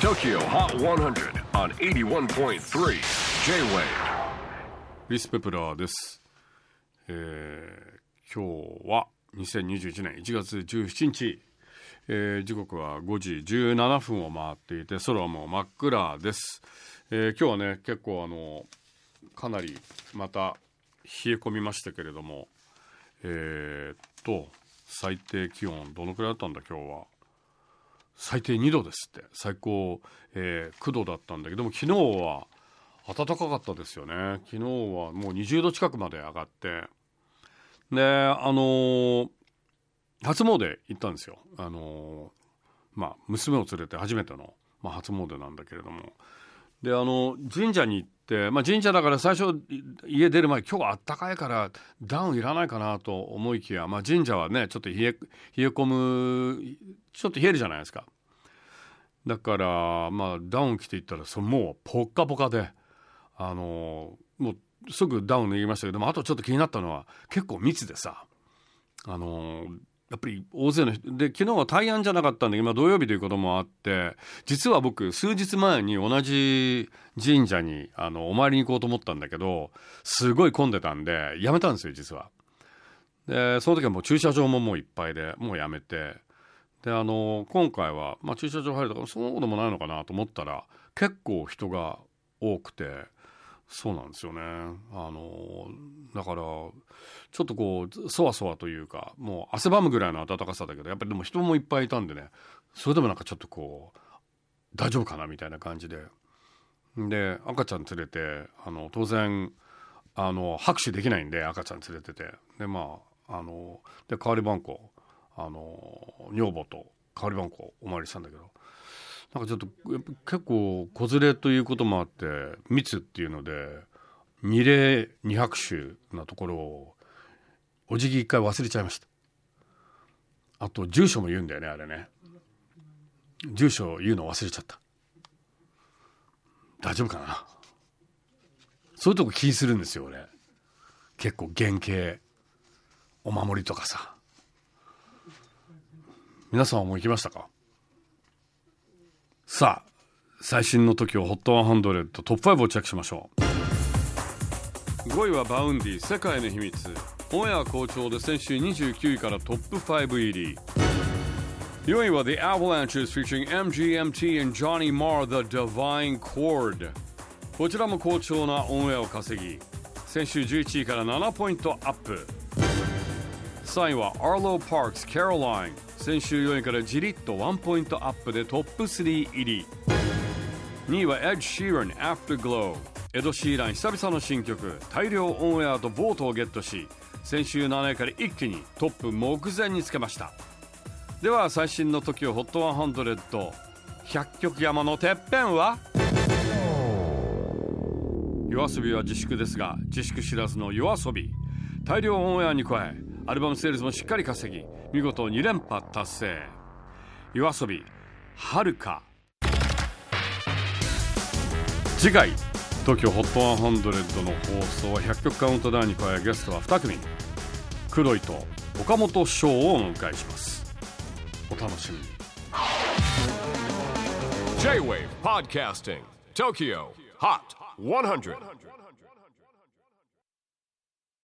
TOKYO HOT 100 on 81.3 J-WAVE クリス・ペプラーです。今日は2021年1月17日、時刻は5時17分を回っていて空はもう真っ暗です。今日はね結構かなりまた冷え込みましたけれども、最低気温どのくらいだったんだ今日は。最低2度ですって。最高、9度だったんだけども、昨日は暖かかったですよね。昨日はもう20度近くまで上がって、で初詣行ったんですよ。娘を連れて初めての、初詣なんだけれども、で神社に行って、神社だから最初家出る前今日は暖かいからダウンいらないかなと思いきや、神社はねちょっと冷え込む、ちょっと冷えるじゃないですか。だからダウン着ていったらもうポッカポカでもうすぐダウン脱ぎましたけども、あとちょっと気になったのは結構密でさ、やっぱり大勢の人で、昨日は大安じゃなかったんで今土曜日ということもあって、実は僕数日前に同じ神社にお参りに行こうと思ったんだけど、すごい混んでたんでやめたんですよ実は。でその時はもう駐車場ももういっぱいでもうやめて、で今回は、駐車場入るとかそうでもないのかなと思ったら結構人が多くて、そうなんですよね。だからちょっとこうそわそわというか、もう汗ばむぐらいの暖かさだけど、やっぱりでも人もいっぱいいたんでね、それでもなんかちょっとこう大丈夫かなみたいな感じで、で赤ちゃん連れて当然拍手できないんで赤ちゃん連れてて、でで代わり番号女房と代わり番号お参りしたんだけど、なんかちょっと結構子連れということもあって密っていうので二礼二拍手なところをお辞儀一回忘れちゃいました。あと住所も言うんだよね、あれね。住所言うの忘れちゃった。大丈夫かな。そういうとこ気にするんですよ俺。結構原型お守りとかさ。皆さんはもう行きましたか。さあ最新の時を HOT100 トップ5をチェックしましょう。5位はバウンディ世界の秘密。オンエア好調で先週29位からトップ5入り。4位は The Avalanches featuring MGMT and Johnny Marr The Divine Chord。 こちらも好調なオンエアを稼ぎ先週11位から7ポイントアップ。3位は Arlo Parks Caroline。先週4位からじりっと1ポイントアップでトップ3入り。2位は Ed Sheeran Afterglow。 エド・シーラン久々の新曲大量オンエアとボートをゲットし先週7位から一気にトップ目前につけました。では最新のTOKYO HOT100 100曲山のてっぺんは。YOASOBIは自粛ですが自粛知らずのYOASOBI。大量オンエアに加えアルバムセールスもしっかり稼ぎ見事2連覇達成。YOASOBI遥か。次回TOKYO HOT100 の放送は100曲カウントダウンに加えゲストは2組、黒井と岡本翔をお迎えします。お楽しみに。 J-WAVE PODCASTING TOKYO HOT 100